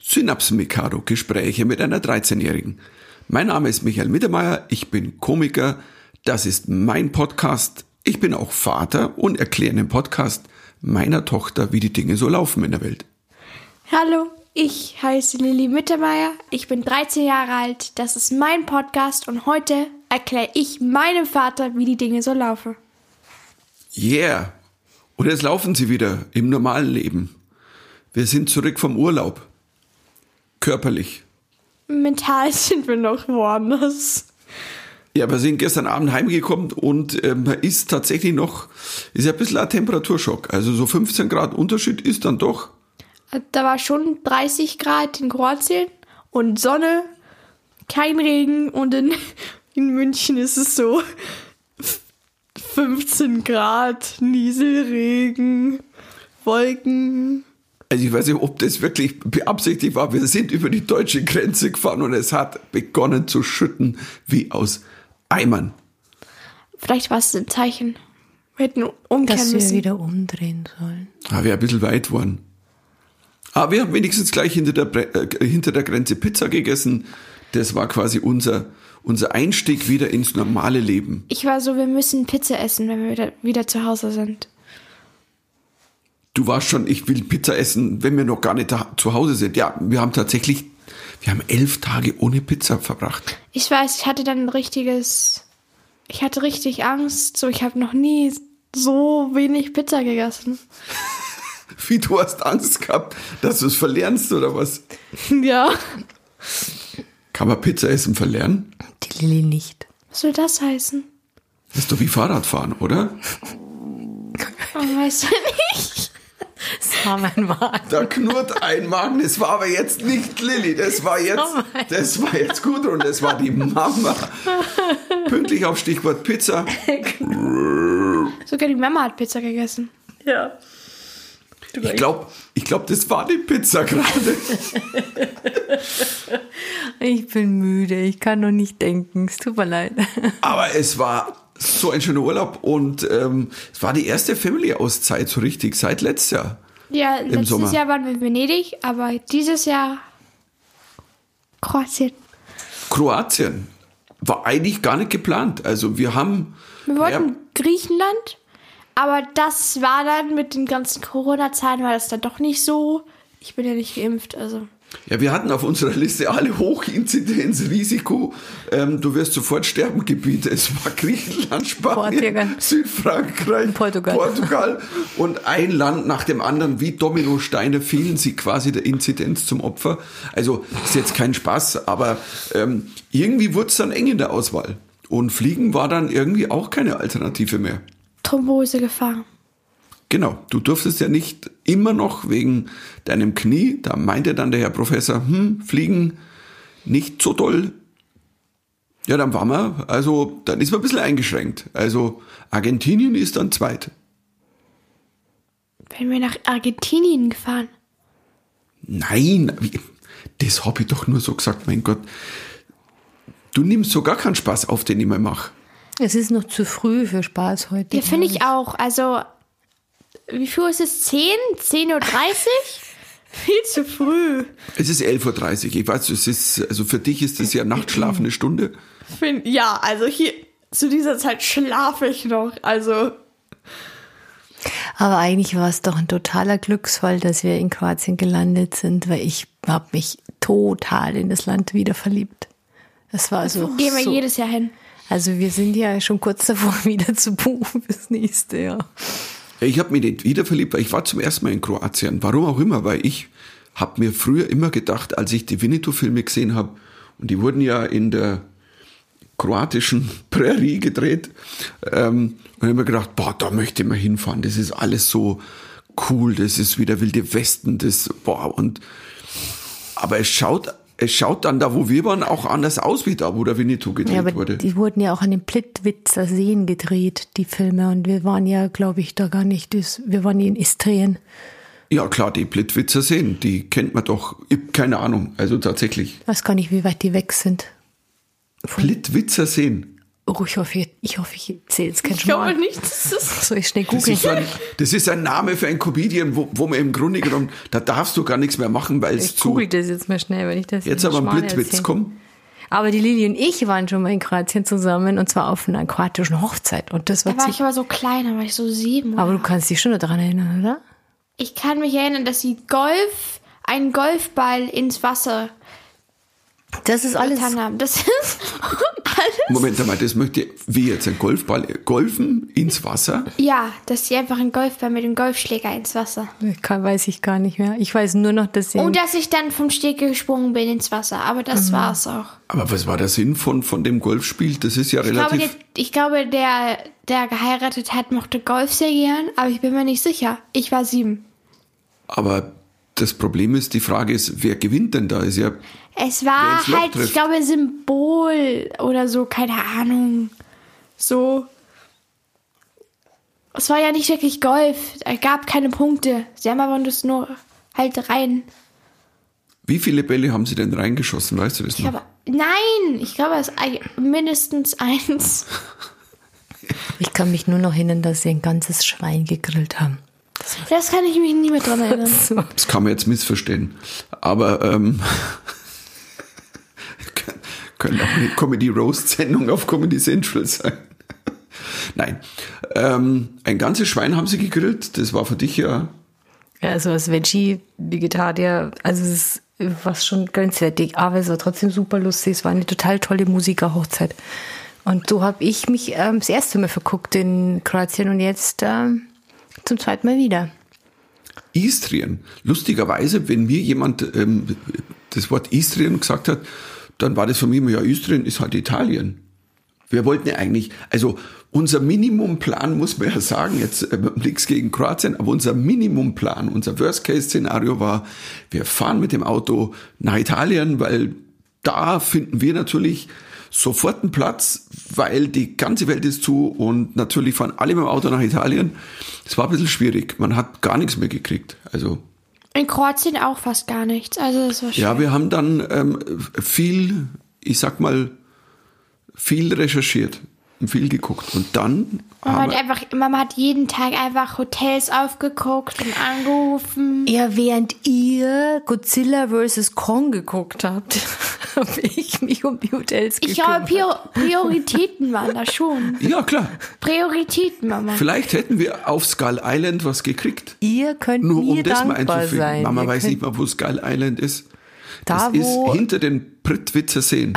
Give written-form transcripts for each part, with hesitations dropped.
Synapsen-Mikado, Gespräche mit einer 13-Jährigen. Mein Name ist Michael Mittermeier, ich bin Komiker, das ist mein Podcast. Ich bin auch Vater und erkläre in dem Podcast meiner Tochter, wie die Dinge so laufen in der Welt. Hallo, ich heiße Lilly Mittermeier, ich bin 13 Jahre alt, das ist mein Podcast und heute erkläre ich meinem Vater, wie die Dinge so laufen. Yeah! Und jetzt laufen sie wieder im normalen Leben. Wir sind zurück vom Urlaub. Körperlich. Mental sind wir noch woanders. Ja, wir sind gestern Abend heimgekommen und man ist tatsächlich noch, ist ja ein bisschen ein Temperaturschock. Also so 15 Grad Unterschied ist dann doch. Da war schon 30 Grad in Kroatien und Sonne, kein Regen und in München ist es so 15 Grad, Nieselregen, Wolken. Also ich weiß nicht, ob das wirklich beabsichtigt war. Wir sind über die deutsche Grenze gefahren und es hat begonnen zu schütten wie aus Eimern. Vielleicht war es ein Zeichen. Wir hätten umkehren dass müssen. wir wieder umdrehen sollen. Ah, wäre ein bisschen weit worden. Aber wir haben wenigstens gleich hinter der Grenze Pizza gegessen. Das war quasi unser Einstieg wieder ins normale Leben. Ich war so, wir müssen Pizza essen, wenn wir wieder zu Hause sind. Du warst schon, ich will Pizza essen, wenn wir noch gar nicht zu Hause sind. Ja, wir haben 11 Tage ohne Pizza verbracht. Ich weiß, ich hatte richtig Angst. So, ich habe noch nie so wenig Pizza gegessen. Wie, du hast Angst gehabt, dass du es verlernst, oder was? Ja. Kann man Pizza essen verlernen? Die Lilly nicht. Was soll das heißen? Das ist doch wie Fahrradfahren, oder? Oh, weißt du nicht? Das war mein Magen. Da knurrt ein Magen. Das war aber jetzt nicht Lilly. Das war jetzt Gudrun. Das war die Mama. Pünktlich auf Stichwort Pizza. Sogar die Mama hat Pizza gegessen. Ja. Ich glaube, das war die Pizza gerade. Ich bin müde, ich kann noch nicht denken. Es tut mir leid. Aber es war so ein schöner Urlaub und es war die erste Family-Auszeit so richtig seit letztes Jahr. Ja, Im Sommer. letztes Jahr waren wir in Venedig, aber dieses Jahr Kroatien. Kroatien war eigentlich gar nicht geplant. Also wir wollten Griechenland, aber das war dann mit den ganzen Corona-Zahlen war das dann doch nicht so. Ich bin ja nicht geimpft, also. Ja, wir hatten auf unserer Liste alle Hochinzidenz, Risiko, du wirst sofort sterben Gebiete. Es war Griechenland, Spanien, Portugal. Südfrankreich, Portugal und ein Land nach dem anderen wie Dominosteine fielen sie quasi der Inzidenz zum Opfer. Also ist jetzt kein Spaß, aber irgendwie wurde es dann eng in der Auswahl. Und Fliegen war dann irgendwie auch keine Alternative mehr. Thrombosegefahr. Genau, du durftest ja nicht immer noch wegen deinem Knie, da meinte dann der Herr Professor, Fliegen nicht so toll. Ja, dann waren wir, also dann ist man ein bisschen eingeschränkt. Also Argentinien ist dann zweit. Wären wir nach Argentinien gefahren? Nein, das habe ich doch nur so gesagt, mein Gott. Du nimmst so gar keinen Spaß auf, den ich mal mache. Es ist noch zu früh für Spaß heute. Ja, finde ich auch. Also, wie viel ist es? 10? 10.30 Uhr? Viel zu früh. Es ist 11.30 Uhr. Ich weiß, also für dich ist das ja nachtschlafende Stunde. Ja, also hier zu dieser Zeit schlafe ich noch. Also. Aber eigentlich war es doch ein totaler Glücksfall, dass wir in Kroatien gelandet sind, weil ich habe mich total in das Land wieder verliebt. Das war so. Gehen wir jedes Jahr hin. Also wir sind ja schon kurz davor, wieder zu buchen fürs nächste Jahr. Ich habe mich nicht wieder verliebt, weil ich war zum ersten Mal in Kroatien. Warum auch immer, weil ich habe mir früher immer gedacht, als ich die Winnetou-Filme gesehen habe, und die wurden ja in der kroatischen Prärie gedreht, und ich habe mir gedacht, boah, da möchte ich mal hinfahren. Das ist alles so cool, das ist wie der Wilde Westen, aber es schaut dann da, wo wir waren, auch anders aus wie da, wo der Winnetou gedreht wurde. Die wurden ja auch an den Plitvicer Seen gedreht, die Filme. Und wir waren ja, glaube ich, da gar nicht. Wir waren in Istrien. Ja klar, die Plitvicer Seen, die kennt man doch. Ich hab keine Ahnung, also tatsächlich. Ich weiß gar nicht, wie weit die weg sind. Plitvicer Seen. Oh, ich hoffe, ich erzähle jetzt kein Ich glaube Schmarrn. nicht, dass das... Soll ich schnell Das googeln? ist ein Name für einen Comedian, wo man im Grunde genommen, da darfst du gar nichts mehr machen, weil es Ich google das jetzt mal schnell, weil ich das Jetzt aber ein Schmarrn Blitzwitz, erzähle. komm. Aber die Lili und ich waren schon mal in Kroatien zusammen und zwar auf einer kroatischen Hochzeit. Und das war Da war ich aber so klein, da war ich so 7. Aber du kannst dich schon daran erinnern, oder? Ich kann mich erinnern, dass sie einen Golfball ins Wasser Das ist alles. getan haben. Das ist alles. Moment einmal, das möchte wie jetzt ein Golfball, Golfen ins Wasser? Ja, dass sie einfach einen Golfball mit dem Golfschläger ins Wasser. Weiß ich gar nicht mehr. Ich weiß nur noch, dass sie. Und dass ich dann vom Steg gesprungen bin ins Wasser. Aber das war's auch. Aber was war der Sinn von dem Golfspiel? Das ist ja relativ... Ich glaube, der geheiratet hat, mochte Golf sehr gern, aber ich bin mir nicht sicher. Ich war 7. Aber das Problem ist, die Frage ist, wer gewinnt denn da? Ist ja, Es Wer war ins Loch halt, trifft. ich glaube, Symbol oder so, keine Ahnung. So. Es war ja nicht wirklich Golf. Es gab keine Punkte. Sie haben aber das nur halt rein. wie viele Bälle haben sie denn reingeschossen? Weißt du das noch? Nein, ich glaube, es ist mindestens 1. Ich kann mich nur noch erinnern, dass sie ein ganzes Schwein gegrillt haben. Das kann ich mich nie mehr dran erinnern. So. Das kann man jetzt missverstehen. Aber können auch eine Comedy-Roast-Sendung auf Comedy Central sein. Nein. Ein ganzes Schwein haben sie gegrillt. Das war für dich ja... Ja, also als Veggie-Vegetarier, also es war schon grenzwertig, aber es war trotzdem super lustig. Es war eine total tolle Musikerhochzeit. Und so habe ich mich das erste Mal verguckt in Kroatien und jetzt zum zweiten Mal wieder. Istrien. Lustigerweise, wenn mir jemand das Wort Istrien gesagt hat, dann war das für mich immer, ja, Istrien ist halt Italien. Wir wollten ja eigentlich, also unser Minimumplan, muss man ja sagen, jetzt nichts gegen Kroatien, aber unser Minimumplan, unser Worst-Case-Szenario war, wir fahren mit dem Auto nach Italien, weil da finden wir natürlich sofort einen Platz, weil die ganze Welt ist zu und natürlich fahren alle mit dem Auto nach Italien. Es war ein bisschen schwierig, man hat gar nichts mehr gekriegt, also... In Kroatien auch fast gar nichts. Also das war schön. Ja, wir haben dann viel recherchiert und viel geguckt. Und dann Mama hat jeden Tag einfach Hotels aufgeguckt und angerufen. Ja, während ihr Godzilla vs. Kong geguckt habt, habe ich mich um die Hotels Ich gekümmert. glaube, Prioritäten waren da schon. ja, klar. Prioritäten, Mama. Vielleicht hätten wir auf Skull Island was gekriegt. Ihr könnt Nur mir um das mal dankbar einzufügen. sein. Mama Ihr weiß könnt nicht mal, wo Skull Island ist. Da, Das ist wo hinter den Prittwitzer Seen.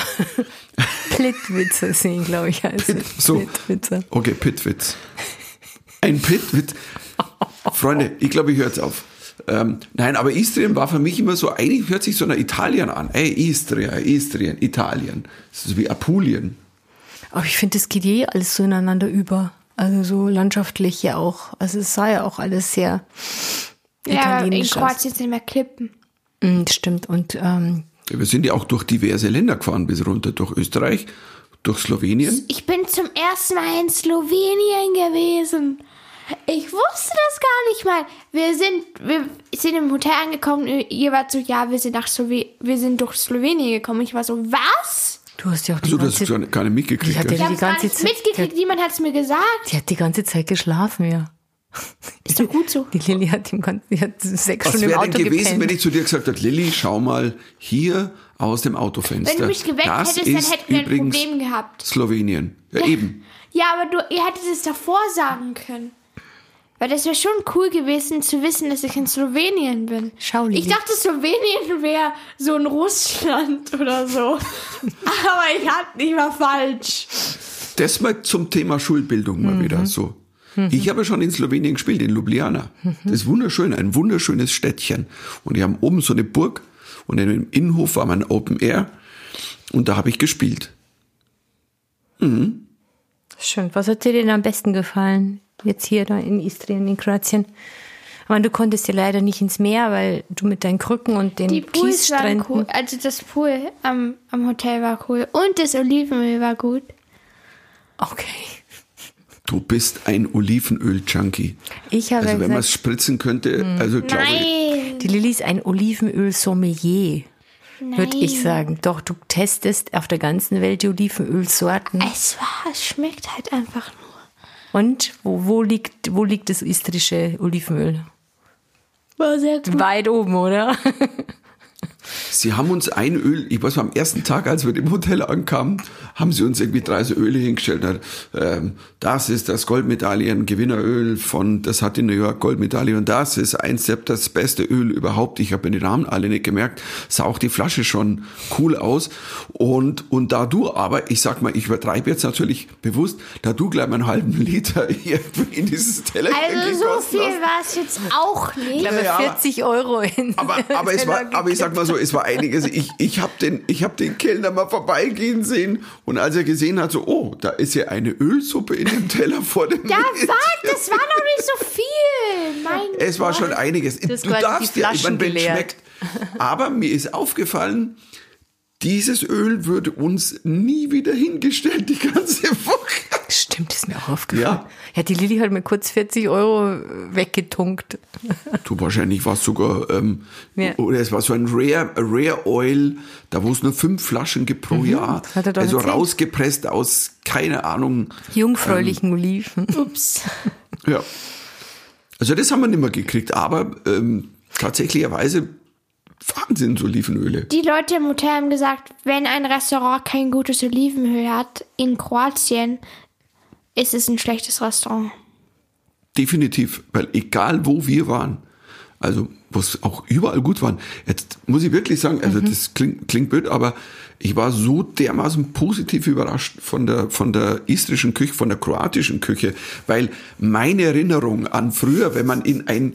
Plitwitzer sind, glaube ich, heißt es. So. Plitwitzer. Okay, Pittwitz. Ein Pittwitz. Freunde, ich glaube, ich höre jetzt auf. Nein, aber Istrien war für mich immer so, eigentlich hört sich so nach Italien an. Ey, Istrien, Italien. Das ist wie Apulien. Aber ich finde, es geht alles so ineinander über. Also so landschaftlich ja auch. Also es sah ja auch alles sehr Ja, in italienisch aus. Kroatien sind mehr Klippen. Stimmt. Und Wir sind ja auch durch diverse Länder gefahren, bis runter durch Österreich, durch Slowenien. Ich bin zum ersten Mal in Slowenien gewesen. Ich wusste das gar nicht mal. Wir sind im Hotel angekommen. Ihr wart so, ja, wir sind durch Slowenien gekommen. Ich war so, was? du hast ja auch die Also, das ganze hast du gar nicht mitgekriegt. Ich hatte gell? Ich Die habe gar ganze nichts Zeit- mitgekriegt. Niemand hat es mir gesagt. Die hat die ganze Zeit geschlafen, ja. Ist doch gut so. Die Lilly hat 6 Was Stunden im wäre Auto denn gewesen, gepennt. wenn ich zu dir gesagt hätte, Lilly, schau mal hier aus dem Autofenster. Wenn du mich geweckt Das hättest, dann ist hätten wir ein übrigens Problem gehabt. Slowenien. Ja, eben. Ja, aber ihr hättet es davor sagen können. Weil das wäre schon cool gewesen, zu wissen, dass ich in Slowenien bin. Schau, Lilly. Ich dachte, Slowenien wäre so ein Russland oder so. Aber ich war falsch. Das mal zum Thema Schulbildung mal wieder so. Ich habe schon in Slowenien gespielt, in Ljubljana. Das ist wunderschön, ein wunderschönes Städtchen. Und die haben oben so eine Burg und in dem Innenhof war mein Open Air und da habe ich gespielt. Schön. Was hat dir denn am besten gefallen? Jetzt hier da in Istrien, in Kroatien. Aber du konntest ja leider nicht ins Meer, weil du mit deinen Krücken und den Die Pools waren Kiesstränden... cool. Also das Pool am Hotel war cool. Und das Olivenöl war gut. Okay. Du bist ein Olivenöl-Junkie. Ich habe Also wenn man es gesagt, spritzen könnte, also glaube ich. Nein. die Lilly ist ein Olivenöl-Sommelier. würde ich sagen. Doch, du testest auf der ganzen Welt die Olivenölsorten. Es schmeckt halt einfach nur. Und wo liegt das istrische Olivenöl? War sehr gut. Weit oben, oder? Sie haben uns ein Öl, ich weiß, am ersten Tag, als wir im Hotel ankamen, haben sie uns irgendwie 3 so Öle hingestellt. Das ist das Goldmedaillengewinneröl das hat in New York Goldmedaille und das ist das beste Öl überhaupt. Ich habe mir die Namen alle nicht gemerkt. Sah auch die Flasche schon cool aus. Und da du aber, ich sag mal, ich übertreibe jetzt natürlich bewusst, da du gleich mal einen halben Liter in dieses Tellerchen Also so viel hast. war es jetzt auch nicht. Ich glaube, 40 Euro in. Aber ich sag mal so, es war einiges. Ich hab den Kellner mal vorbeigehen sehen und als er gesehen hat, so, oh, da ist ja eine Ölsuppe in dem Teller vor dem Das war noch nicht so viel. Es war schon einiges. Du darfst ja, ich meine, wenn es schmeckt. Aber mir ist aufgefallen, dieses Öl würde uns nie wieder hingestellt, die ganze Woche. Stimmt, ist mir auch aufgefallen. Ja, die Lilly hat mir kurz 40 Euro weggetunkt. Du, wahrscheinlich war es sogar, oder es war so ein Rare Oil, da wo es nur 5 Flaschen gibt pro Jahr. Hat er doch also erzählt. rausgepresst aus, keine Ahnung. Jungfräulichen Oliven. Ups. Ja. Also das haben wir nicht mehr gekriegt, aber tatsächlicherweise Wahnsinn, so Olivenöle. Die Leute im Hotel haben gesagt, wenn ein Restaurant kein gutes Olivenöl hat in Kroatien, ist es ein schlechtes Restaurant. Definitiv, weil egal wo wir waren, also wo es auch überall gut waren, jetzt muss ich wirklich sagen, also das klingt blöd, aber ich war so dermaßen positiv überrascht von der istrischen Küche, von der kroatischen Küche, weil meine Erinnerung an früher, wenn man in ein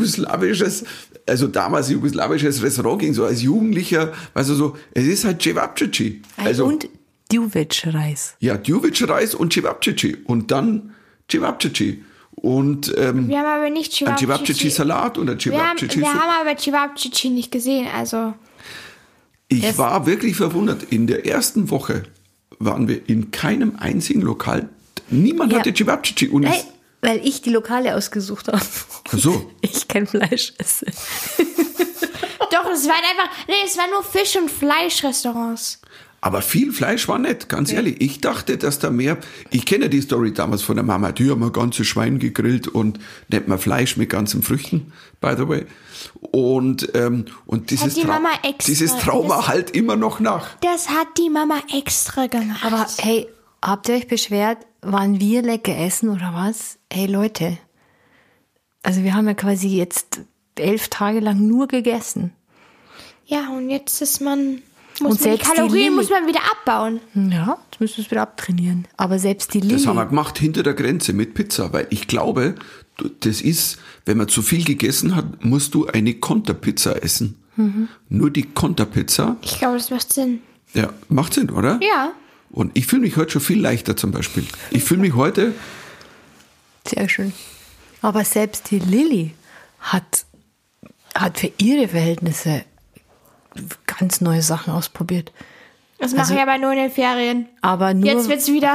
damals jugoslawisches Restaurant ging, so als Jugendlicher, also so, es ist halt Cevapcici. Also, Und Djuvic-Reis. Ja, Djuvic-Reis und Cevapcici und dann Cevapcici. Und Wir haben aber nicht ein Cevapcici-Salat oder Cevapcici. Wir haben aber Cevapcici nicht gesehen, also. Ich war wirklich verwundert. In der ersten Woche waren wir in keinem einzigen Lokal. Niemand hatte Cevapcici. Und Weil ich die Lokale ausgesucht habe. Ach so. Ich kein Fleisch esse. Doch, es waren nur Fisch- und Fleischrestaurants. Aber viel Fleisch war nett, ganz ehrlich. Ich dachte, dass da mehr... Ich kenne die Story damals von der Mama. Die haben ein ganzes Schwein gegrillt und nennt man Fleisch mit ganzen Früchten, by the way. Und dieses, dieses Trauma halt immer noch nach. Das hat die Mama extra gemacht. Aber hey, habt ihr euch beschwert, waren wir lecker essen oder was? Hey Leute, also wir haben ja quasi jetzt 11 Tage lang nur gegessen. Ja, und jetzt ist man... Und die Kalorien muss man wieder abbauen. Ja, jetzt müssen wir es wieder abtrainieren. Aber selbst die Lilly... Das haben wir gemacht hinter der Grenze mit Pizza, weil ich glaube, das ist, wenn man zu viel gegessen hat, musst du eine Konterpizza essen. Nur die Konterpizza. Ich glaube, das macht Sinn. Ja, macht Sinn, oder? Ja. Und ich fühle mich heute schon viel leichter zum Beispiel. Ich fühle mich heute... Sehr schön. Aber selbst die Lilly hat für ihre Verhältnisse ganz neue Sachen ausprobiert. Das mache ich aber nur in den Ferien. Aber nur... Jetzt wird's wieder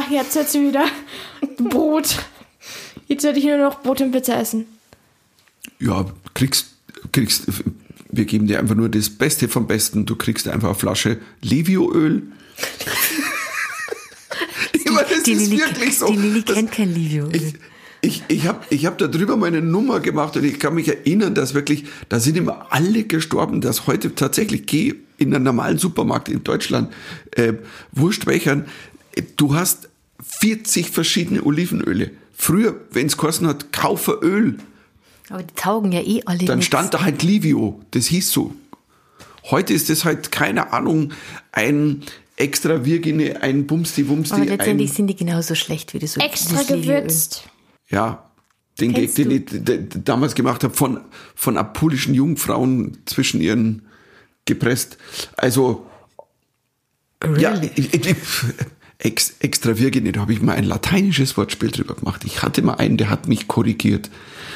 Brot. Jetzt werde ich nur noch Brot und Pizza essen. Ja, wir geben dir einfach nur das Beste vom Besten. Du kriegst einfach eine Flasche Livioöl. Die Lilly kennt kein Livioöl. Ich hab da drüber meine Nummer gemacht und ich kann mich erinnern, dass wirklich, da sind immer alle gestorben, dass heute tatsächlich, geh in einen normalen Supermarkt in Deutschland, Wurstbechern, du hast 40 verschiedene Olivenöle. Früher, wenn es geheißen hat, kaufe Öl. Aber die taugen ja eh alle Dann nix. stand da halt Livio, das hieß so. Heute ist das halt, keine Ahnung, ein extra Virgine, ein Bumsti-Wumsti. Aber letztendlich sind die genauso schlecht wie das Extra gewürzt. Ja, den Gag, den ich damals gemacht habe, von apulischen Jungfrauen zwischen ihren gepresst. Also, Really? ja, extra Virgine, da habe ich mal ein lateinisches Wortspiel drüber gemacht. Ich hatte mal einen, der hat mich korrigiert.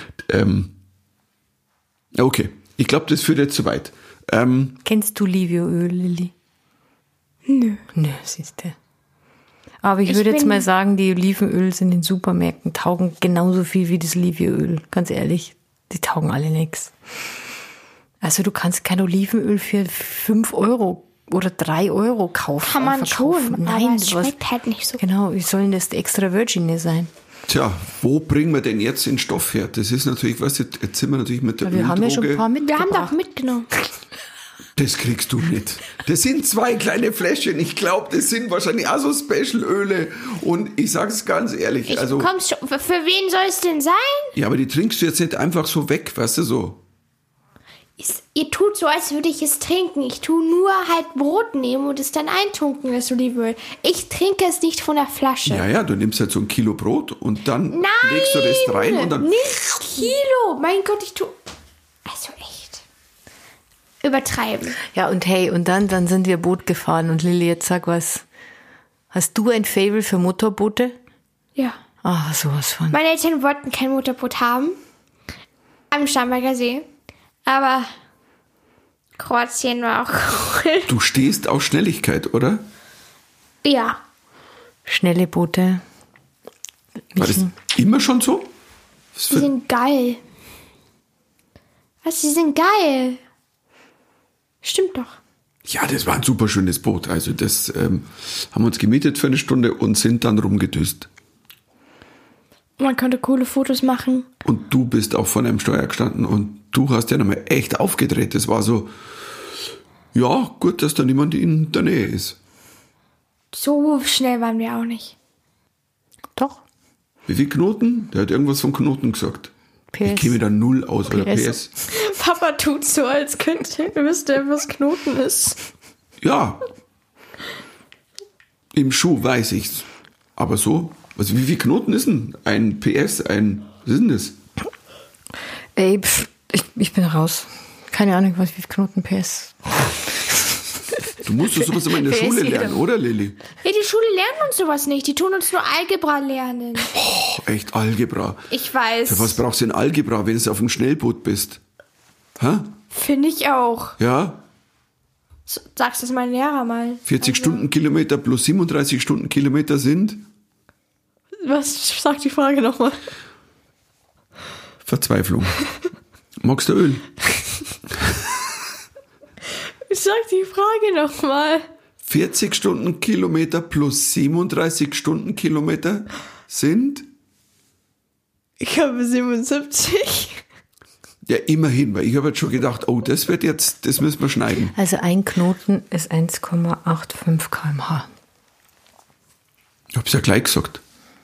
Okay, ich glaube, das führt jetzt zu weit. Kennst du Livioöl, Lilly? Nö, siehst du. Aber ich würde jetzt mal sagen, die Olivenöls in den Supermärkten taugen genauso viel wie das Livioöl. Ganz ehrlich, die taugen alle nix. Also du kannst kein Olivenöl für 5 Euro oder 3 Euro kaufen. Kann man verkaufen. schon, Nein, aber es schmeckt halt nicht so. Genau, wie soll denn das extra Virgin sein? Tja, wo bringen wir denn jetzt den Stoff her? Das ist natürlich, was jetzt sind wir natürlich mit der Wir haben ja schon ein paar Wir mitgebracht. haben doch mitgenommen. Das kriegst du nicht. Das sind 2 kleine Fläschchen. Ich glaube, das sind wahrscheinlich auch so Special-Öle. Und ich sage es ganz ehrlich. Für wen soll es denn sein? Ja, aber die trinkst du jetzt nicht einfach so weg, weißt du, so. Ihr tut so, als würde ich es trinken. Ich tue nur halt Brot nehmen und es dann eintunken, das Olivenöl. Ich trinke es nicht von der Flasche. Ja, du nimmst halt so 1 Kilo Brot und dann legst du das rein und dann... Nicht Kilo! Mein Gott, ich tue... Also echt. Übertreiben. Ja, und hey, und dann sind wir Boot gefahren. Und Lilly, jetzt sag was. Hast du ein Faible für Motorboote? Ja. Ah, sowas von. Meine Eltern wollten kein Motorboot haben. Am Starnberger See. Aber Kroatien war auch cool. Du stehst auf Schnelligkeit, oder? Ja. Schnelle Boote. War das immer schon so? Die sind geil. Was, die sind geil. Stimmt doch. Ja, das war ein super schönes Boot. Also das haben wir uns gemietet für 1 Stunde und sind dann rumgedüst. Man konnte coole Fotos machen. Und du bist auch vor einem Steuer gestanden und du hast ja nochmal echt aufgedreht. Das war so, ja, gut, dass da niemand in der Nähe ist. So schnell waren wir auch nicht. Doch. Wie viel Knoten? Der hat irgendwas von Knoten gesagt. PS. Ich käme da 0 aus, oder PS. Papa tut so, als wüsste er, was Knoten ist. Ja. Im Schuh weiß ich's. Aber so, also wie viel Knoten ist denn ein PS, was ist denn das? Ey, ich bin raus. Keine Ahnung, wie viel Knoten PS. Du musst doch sowas immer in der PS Schule jeder. lernen, oder Lilly? Ja, die Schule lernt uns sowas nicht. Die tun uns nur Algebra lernen. Oh, echt Algebra. Ich weiß. Für was brauchst du denn Algebra, wenn du auf einem Schnellboot bist? Hä? Finde ich auch. Ja? Sagst das mein Lehrer mal. 40 Stundenkilometer plus 37 Stundenkilometer sind? Was sagt die Frage nochmal? Verzweiflung. Magst du Öl? Sag die Frage nochmal. 40 Stundenkilometer plus 37 Stundenkilometer sind? Ich habe 77. Ja, immerhin, weil ich habe jetzt schon gedacht, oh, das müssen wir schneiden. Also ein Knoten ist 1,85 km/h. Ich hab's ja gleich gesagt.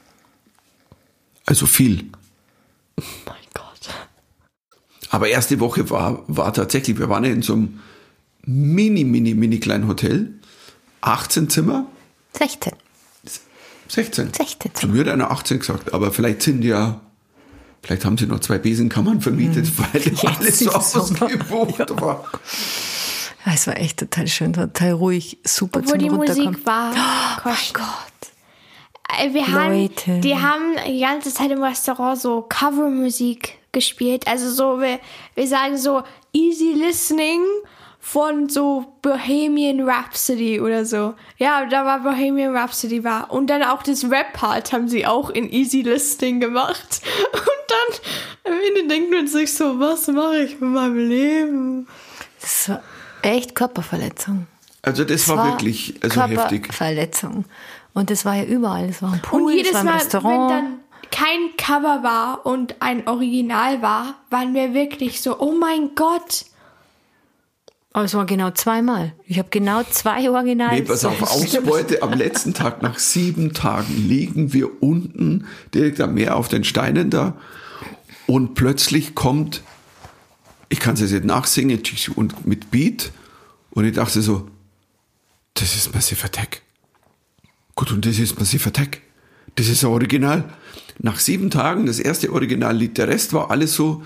Also viel. Oh mein Gott. Aber erste Woche war tatsächlich, wir waren ja in so einem mini kleinen Hotel. 18 Zimmer. 16. 16. 16 Zu mir hat einer 18 gesagt, aber vielleicht haben sie noch 2 Besenkammern vermietet, weil alles so ausgebucht war. Ja, es war echt total schön, total ruhig, super Obwohl zum die Runterkommen. Musik war. Oh mein Gott. Die Leute. haben die ganze Zeit im Restaurant so Covermusik gespielt. Also so, wir sagen so easy listening von so Bohemian Rhapsody oder so. Ja, da war Bohemian Rhapsody war. Und dann auch das Rap-Part haben sie auch in easy listening gemacht. Und dann am Ende denkt man sich so, was mache ich mit meinem Leben? Das war echt Körperverletzung. Also das war wirklich heftig. Körperverletzung. Und das war ja überall. Es war ein Pool, Und jedes es war ein Mal, wenn Restaurant. dann kein Cover war und ein Original war, waren wir wirklich so, oh mein Gott. Aber es war genau 2-mal. Ich habe genau 2 Original. Nee, pass auf, Ausbeute am letzten Tag, nach 7 Tagen, liegen wir unten direkt am Meer auf den Steinen da und plötzlich kommt, ich kann es jetzt nicht nachsingen, und mit Beat und ich dachte so, das ist Massive Attack. Gut, und das ist Massive Attack. Das ist ein Original. Nach 7 Tagen das erste Originallied, der Rest war alles so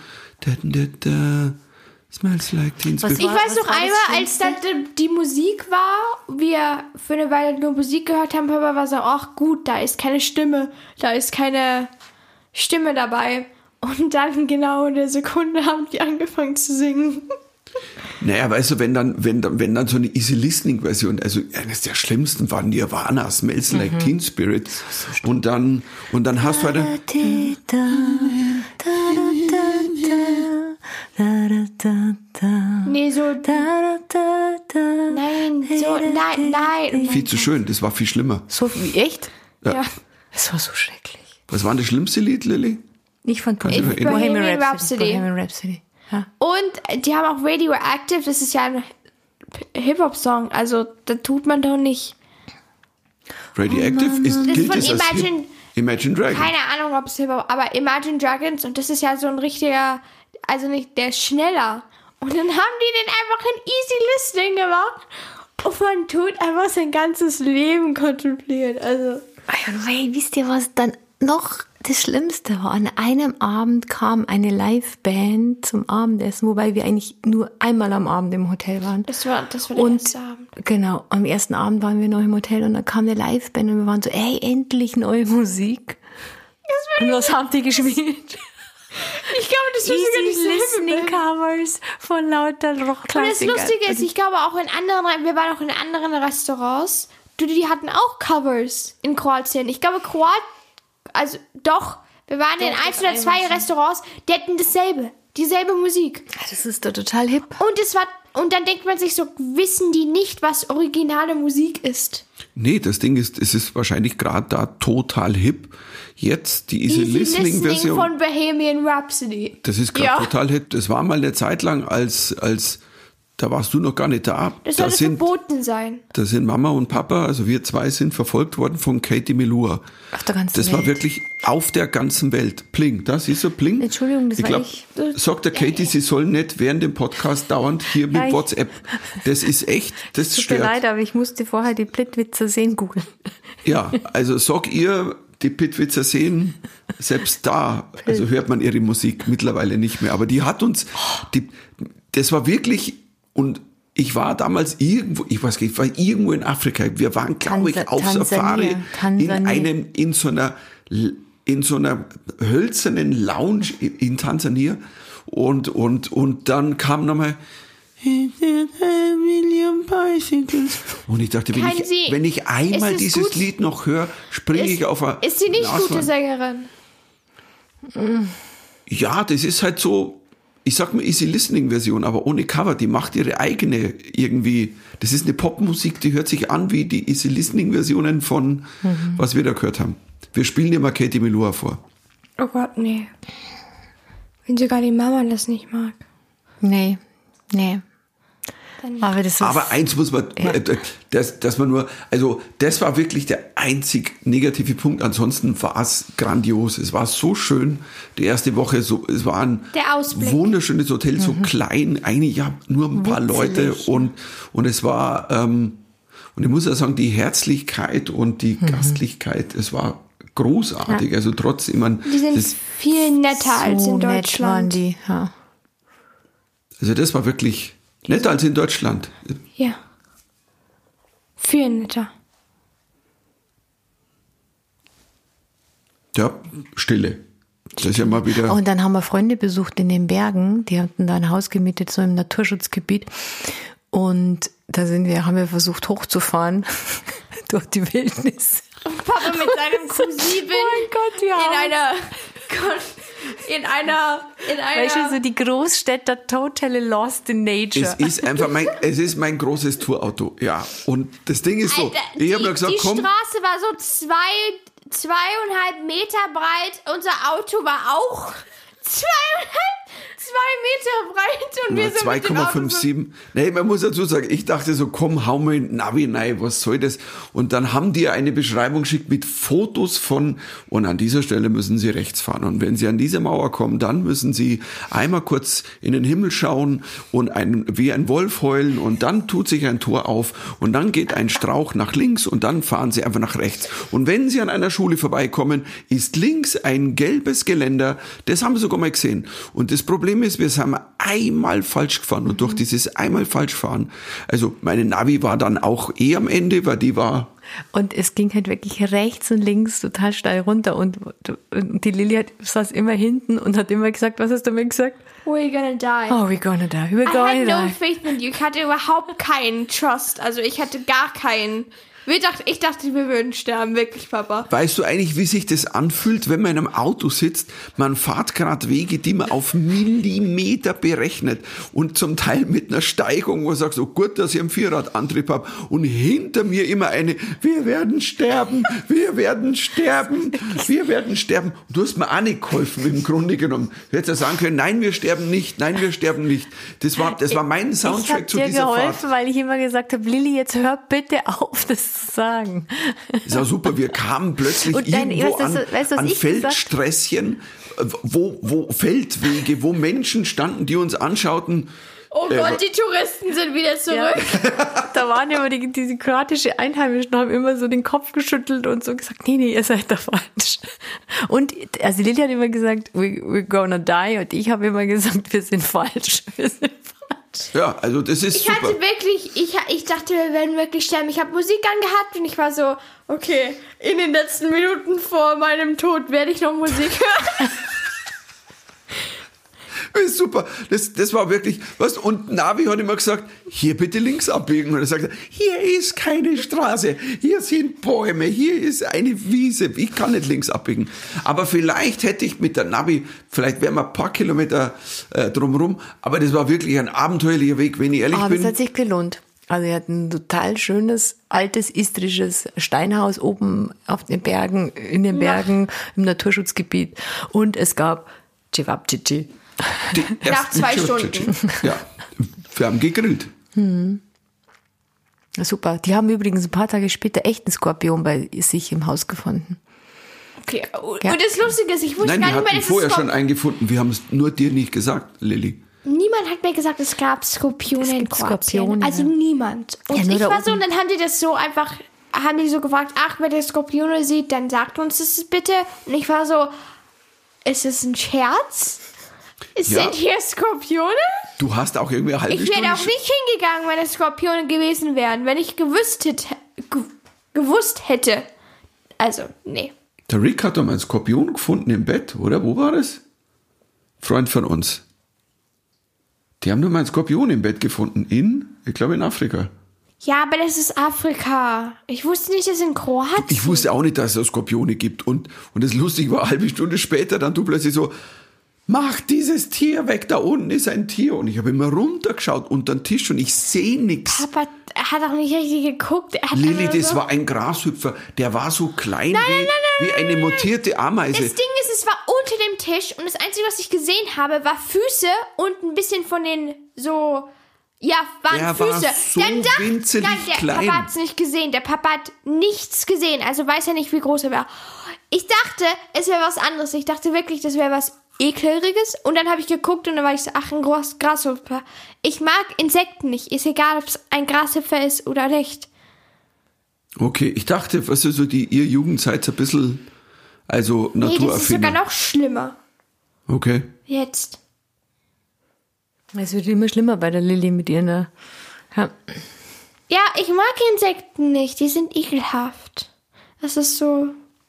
Smells like Teen Spirit. Ich weiß noch war das einmal, als dann die Musik war, wir für eine Weile nur Musik gehört haben, Papa war so, ach gut, da ist keine Stimme dabei. Und dann genau in der Sekunde haben die angefangen zu singen. Naja, weißt du, wenn dann so eine Easy Listening Version, also eines der schlimmsten war Nirvana, Smells Like Teen Spirit. Und dann hast du halt Da, da, da, da. Nee, so. Da, da, da. Nein, so. Nein. Viel zu schön, das war viel schlimmer. So wie echt? Ja. Das war so schrecklich. Was war das schlimmste Lied, Lilly? Ich fand Kannst du dich erinnern? Bohemian Rhapsody. Bohemian Rhapsody. Ja. Und die haben auch Radioactive, das ist ja ein Hip-Hop-Song, also da tut man doch nicht. Radioactive gilt von es als Imagine Dragons. Keine Ahnung, ob es Hip-Hop, aber Imagine Dragons und das ist ja so ein richtiger, also nicht, der ist schneller. Und dann haben die den einfach in Easy Listening gemacht und man tut einfach sein ganzes Leben kontemplieren, also. Hey, wisst ihr, was dann noch das Schlimmste war? An einem Abend kam eine Liveband zum Abendessen, wobei wir eigentlich nur einmal am Abend im Hotel waren. Das war der erste Abend. Genau, am ersten Abend waren wir noch im Hotel und dann kam eine Liveband und wir waren so, ey, endlich neue Musik. Und was haben die gespielt? Ich glaube, das war sogar nicht Listening Covers von lauter Und Rockklassikern. das Lustige ist, ich glaube auch wir waren auch in anderen Restaurants, die hatten auch Covers in Kroatien. Ich glaube, wir waren in 1 oder 2 Restaurants, die hatten dieselbe Musik. Das ist doch total hip. Und dann denkt man sich so, wissen die nicht, was originale Musik ist? Nee, das Ding ist, es ist wahrscheinlich gerade da total hip. Jetzt die Easy Listening Version von Bohemian Rhapsody. Das ist gerade total hip. Das war mal eine Zeit lang, als da warst du noch gar nicht da. Das sollte verboten sein. Da sind Mama und Papa, also wir zwei, sind verfolgt worden von Katie Melua. Auf der ganzen Welt. Das war wirklich auf der ganzen Welt. Pling, da siehst du, Pling. Entschuldigung, das war ich. Sagt der Katie, sie soll nicht während dem Podcast dauernd hier mit WhatsApp. Das ist echt, das stört. Tut mir leid, aber ich musste vorher die Plitwitzer sehen googeln. Ja, also sag ihr, die Plitwitzer sehen, selbst da, also hört man ihre Musik mittlerweile nicht mehr. Aber die hat uns, das war wirklich, und ich war damals irgendwo, ich weiß nicht, ich war irgendwo in Afrika. Wir waren, glaube ich, auf Safari in so einer hölzernen Lounge in Tansania. Und dann kam nochmal Million Bicycles. Und ich dachte, wenn ich einmal dieses gut? Lied noch höre, springe ich auf eine. Ist sie nicht gute Sängerin? Ja, das ist halt so. Ich sag mal Easy Listening Version, aber ohne Cover. Die macht ihre eigene irgendwie. Das ist eine Popmusik, die hört sich an wie die Easy Listening Versionen von was wir da gehört haben. Wir spielen dir mal Katie Melua vor. Oh Gott, nee. Wenn sogar die Mama das nicht mag. Nee. Aber eins muss man, dass man nur, also das war wirklich der einzig negative Punkt. Ansonsten war es grandios. Es war so schön. Die erste Woche, es war ein wunderschönes Hotel, so klein, eigentlich ja nur ein paar Leute und es war, und ich muss ja sagen, die Herzlichkeit und die Gastlichkeit, es war großartig. Ja. Also trotzdem, die sind viel netter als in Deutschland. Nett waren die, ja. Also das war wirklich netter als in Deutschland. Ja. Viel netter. Ja, Stille. Das ist ja mal wieder. Und dann haben wir Freunde besucht in den Bergen. Die hatten da ein Haus gemietet, so im Naturschutzgebiet. Und da haben wir versucht hochzufahren durch die Wildnis. Und Papa mit seinem Q7 in einer weißt du, so die Großstädter totally lost in nature. Es ist mein großes Tourauto, ja. Und das Ding ist so, Alter, ich habe mir gesagt, komm. Die Straße war so 2,5 Meter breit. Unser Auto war auch 2 Meter breit und wir sind mit 2,57. Nee, man muss dazu sagen, ich dachte so, komm, hau mal in Navi rein, was soll das? Und dann haben die eine Beschreibung geschickt mit Fotos von, und an dieser Stelle müssen Sie rechts fahren. Und wenn Sie an diese Mauer kommen, dann müssen Sie einmal kurz in den Himmel schauen und wie ein Wolf heulen und dann tut sich ein Tor auf und dann geht ein Strauch nach links und dann fahren Sie einfach nach rechts. Und wenn Sie an einer Schule vorbeikommen, ist links ein gelbes Geländer, das haben wir sogar mal gesehen. Und das Problem ist, wir sind einmal falsch gefahren und durch dieses einmal falsch fahren, also meine Navi war dann auch am Ende, weil die war... Und es ging halt wirklich rechts und links total steil runter und die Lilly saß immer hinten und hat immer gesagt, was hast du mir gesagt? We're gonna die. Oh, we're gonna die. We're gonna die. I had no faith in you. Ich hatte überhaupt keinen Trust. Also ich hatte gar keinen. Ich dachte, wir würden sterben, wirklich, Papa. Weißt du eigentlich, wie sich das anfühlt, wenn man in einem Auto sitzt? Man fährt gerade Wege, die man auf Millimeter berechnet und zum Teil mit einer Steigung, wo man sagt, so gut, dass ich einen Vierradantrieb habe und hinter mir immer eine, wir werden sterben, wir werden sterben, wir werden sterben. Und du hast mir auch nicht geholfen, im Grunde genommen. Du hättest ja sagen können, nein, wir sterben nicht, nein, wir sterben nicht. Das war mein Soundtrack zu dieser Fahrt. Ich habe dir geholfen, weil ich immer gesagt habe, Lilly, jetzt hör bitte auf, das zu sagen. Ist auch super, wir kamen plötzlich irgendwo an Feldsträsschen, wo Feldwege, wo Menschen standen, die uns anschauten. Oh Gott, die Touristen sind wieder zurück. Ja. Da waren immer diese kroatische Einheimischen, haben immer so den Kopf geschüttelt und so gesagt, nee, ihr seid da falsch. Und also Lilly hat immer gesagt, we're gonna die, und ich habe immer gesagt, wir sind falsch. Ja, also das ist super. Ich dachte, wir werden wirklich sterben. Ich habe Musik angehabt und ich war so, okay, in den letzten Minuten vor meinem Tod werde ich noch Musik hören. Das ist super. Das war wirklich, was? Und Navi hat immer gesagt, hier bitte links abbiegen. Und er sagte, hier ist keine Straße, hier sind Bäume, hier ist eine Wiese, ich kann nicht links abbiegen. Aber vielleicht hätte ich mit der Navi, vielleicht wären wir ein paar Kilometer drumherum, aber das war wirklich ein abenteuerlicher Weg, wenn ich ehrlich bin. Aber es hat sich gelohnt. Also er hat ein total schönes, altes, istrisches Steinhaus oben auf den Bergen, in den Bergen, im Naturschutzgebiet. Und es gab Cevapcici. Nach 2 Stunden. Ja, wir haben gegrillt. Super. Die haben übrigens ein paar Tage später echt einen Skorpion bei sich im Haus gefunden. Okay, ja. Und das Lustige ist, ich wusste Nein, gar nicht mehr, dass es vorher schon einen gefunden. Wir haben es nur dir nicht gesagt, Lilly. Niemand hat mir gesagt, es gab Skorpione in Kroatien. Skorpione, also niemand. Und ja, ich war so, und dann haben die das so einfach, haben die so gefragt, ach, wenn ihr Skorpione sieht, dann sagt uns das bitte. Und ich war so, ist das ein Scherz? Sind hier Skorpione? Du hast auch irgendwie eine halbe Stunde... Ich wäre auch nicht hingegangen, wenn es Skorpione gewesen wären, wenn ich gewusst hätte. Also, nee. Der Rick hat doch mal einen Skorpion gefunden im Bett, oder? Wo war das? Freund von uns. Die haben doch mal einen Skorpion im Bett gefunden ich glaube in Afrika. Ja, aber das ist Afrika. Ich wusste nicht, dass es in Kroatien... Ich wusste auch nicht, dass es Skorpione gibt. Und das Lustige war, eine halbe Stunde später, dann du plötzlich so... Mach dieses Tier weg, da unten ist ein Tier. Und ich habe immer runtergeschaut unter den Tisch und ich sehe nichts. Papa hat auch nicht richtig geguckt. Lilly, das war ein Grashüpfer. Der war so klein wie eine mutierte Ameise. Das Ding ist, es war unter dem Tisch und das Einzige, was ich gesehen habe, war Füße und ein bisschen von den so... Ja, waren Füße. War so winzig klein. Papa hat es nicht gesehen. Der Papa hat nichts gesehen. Also weiß er nicht, wie groß er war. Ich dachte, es wäre was anderes. Ich dachte wirklich, das wäre was Ekeliges. Und dann habe ich geguckt und dann war ich so, ach, ein Grashüpfer. Ich mag Insekten nicht. Ist egal, ob es ein Grashüpfer ist oder nicht. Okay, ich dachte, was ist so ihr Jugend seid ein bisschen, also naturaffiner. Nee, das ist sogar noch schlimmer. Okay. Jetzt. Es wird immer schlimmer bei der Lilly mit ihr, ne? Ja, ich mag Insekten nicht. Die sind ekelhaft. Das ist so...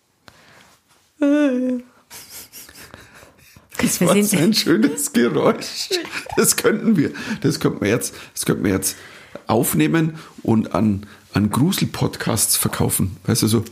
Das war so ein schönes Geräusch. Das könnten wir jetzt aufnehmen und an Grusel-Podcasts verkaufen. Weißt du, so.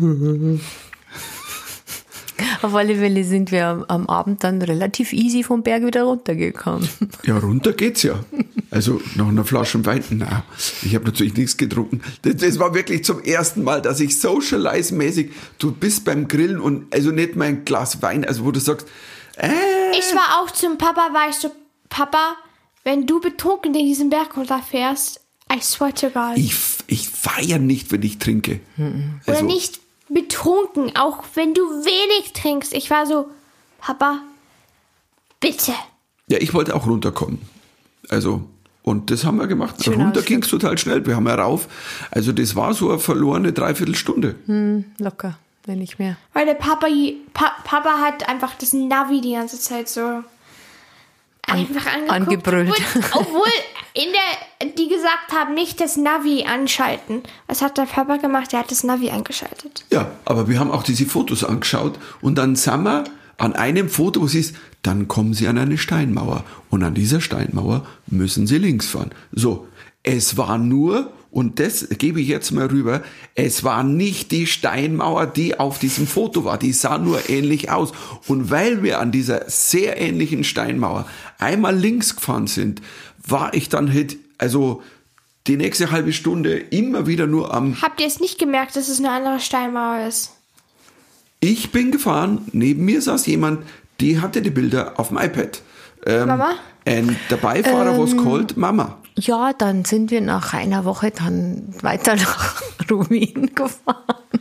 Auf alle Fälle sind wir am Abend dann relativ easy vom Berg wieder runtergekommen. Ja, runter geht's ja. Also nach einer Flasche Wein. Na, ich habe natürlich nichts getrunken. Das war wirklich zum ersten Mal, dass ich socialize-mäßig, du bist beim Grillen und also nicht mal ein Glas Wein, also wo du sagst, Ich war auch zum Papa, war ich so, Papa, wenn du betrunken in diesen Berg runterfährst, I swear to God. Ich feiere nicht, wenn ich trinke. Also, oder nicht betrunken, auch wenn du wenig trinkst. Ich war so, Papa, bitte. Ja, ich wollte auch runterkommen. Also, und das haben wir gemacht. Schöner Runter Ausflug. ging es total schnell. Wir haben ja rauf. Also das war so eine verlorene Dreiviertelstunde. Locker, wenn nicht mehr. Weil der Papa hat einfach das Navi die ganze Zeit so einfach angebrüllt. Obwohl die gesagt haben, nicht das Navi anschalten. Was hat der Papa gemacht? Der hat das Navi eingeschaltet. Ja, aber wir haben auch diese Fotos angeschaut und dann sind wir an einem Foto, wo es ist, dann kommen sie an eine Steinmauer und an dieser Steinmauer müssen sie links fahren. So, es war nur Und das gebe ich jetzt mal rüber. Es war nicht die Steinmauer, die auf diesem Foto war. Die sah nur ähnlich aus. Und weil wir an dieser sehr ähnlichen Steinmauer einmal links gefahren sind, war ich dann also die nächste halbe Stunde immer wieder nur am... Habt ihr es nicht gemerkt, dass es eine andere Steinmauer ist? Ich bin gefahren, neben mir saß jemand, die hatte die Bilder auf dem iPad. Mama? Und der Beifahrer was called Mama. Ja, dann sind wir nach einer Woche dann weiter nach Ruin gefahren.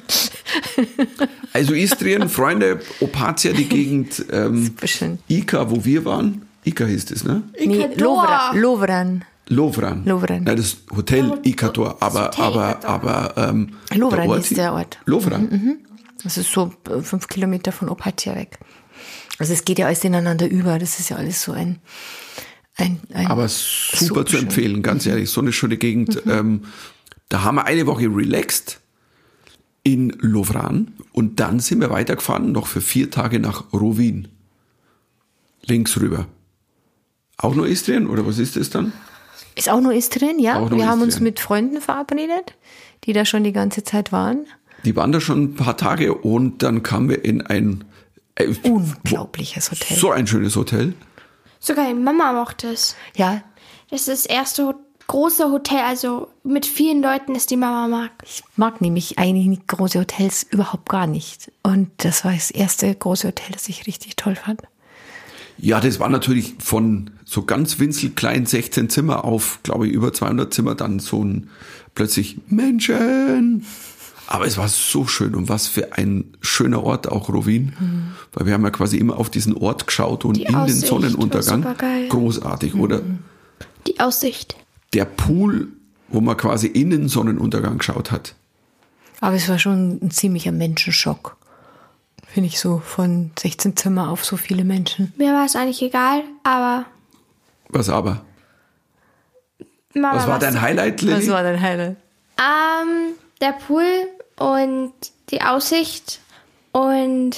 Also Istrien, Freunde, Opatia, die Gegend, Schön. Ica, wo wir waren. Ica hieß es, ne? Nee, Ikador. Lovran. Lovran. Ja, das Hotel Ikador, aber Lovran der Ort, ist der Ort. Lovran. Das ist so 5 Kilometer von Opatia weg. Also es geht ja alles ineinander über. Das ist ja alles so ein Aber super zu schön. empfehlen, ganz ehrlich. So eine schöne Gegend. Da haben wir eine Woche relaxed in Lovran und dann sind wir weitergefahren, noch für 4 Tage nach Rovinj. Links rüber. Auch nur Istrien oder was ist das dann? Ist auch nur Istrien, ja. Auch nur Wir haben uns Istrien. mit Freunden verabredet, die da schon die ganze Zeit waren. Die waren da schon ein paar Tage und dann kamen wir in ein Unglaubliches Hotel. so ein schönes Hotel. Sogar die Mama mochte es. Ja, Das ist das erste große Hotel, also mit vielen Leuten, das die Mama mag. ich mag nämlich eigentlich nicht große Hotels überhaupt gar nicht. Und das war das erste große Hotel, das ich richtig toll fand. Ja, das war natürlich von so ganz winzelkleinen 16 Zimmer auf, glaube ich, über 200 Zimmer dann so ein plötzlich Menschen. Aber es war so schön und was für ein schöner Ort, auch Rovinj. Weil wir haben ja quasi immer auf diesen Ort geschaut und Die in den Aussicht war Sonnenuntergang. supergeil. Großartig, oder? Die Aussicht. Der Pool, wo man quasi in den Sonnenuntergang geschaut hat. Aber es war schon ein ziemlicher Menschenschock. Finde ich so, von 16 Zimmer auf so viele Menschen. Mir war es eigentlich egal, aber Was aber? Mama Was war war's. dein Highlight, Lilly? Was war dein Highlight? Der Pool und die Aussicht und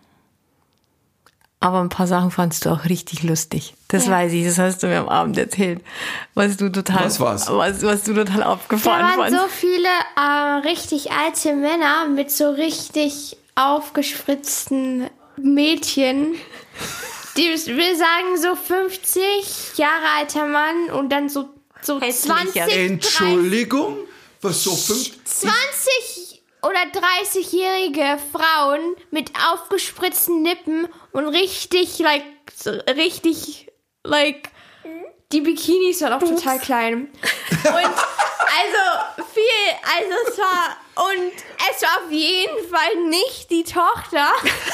Aber ein paar Sachen fandst du auch richtig lustig. Das Ja. weiß ich, das hast du mir am Abend erzählt. Was du total, Was war's? Was du total da abgefahren waren fandst. so viele richtig alte Männer mit so richtig aufgespritzten Mädchen. Die, wir sagen so 50 Jahre alter Mann und dann so Hässlicher. 20, 30, Entschuldigung? Was so 20 oder 30-jährige Frauen mit aufgespritzten Lippen und richtig, die Bikinis waren auch total klein. Und es war auf jeden Fall nicht die Tochter.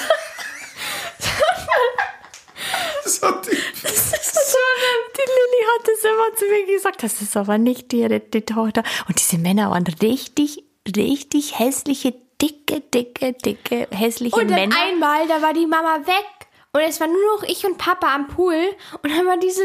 Die Lilly hat es immer zu mir gesagt, das ist aber nicht die Tochter. Und diese Männer waren richtig hässliche, dicke, hässliche Und dann Männer. einmal, da war die Mama weg. Und es war nur noch ich und Papa am Pool. Und dann war diese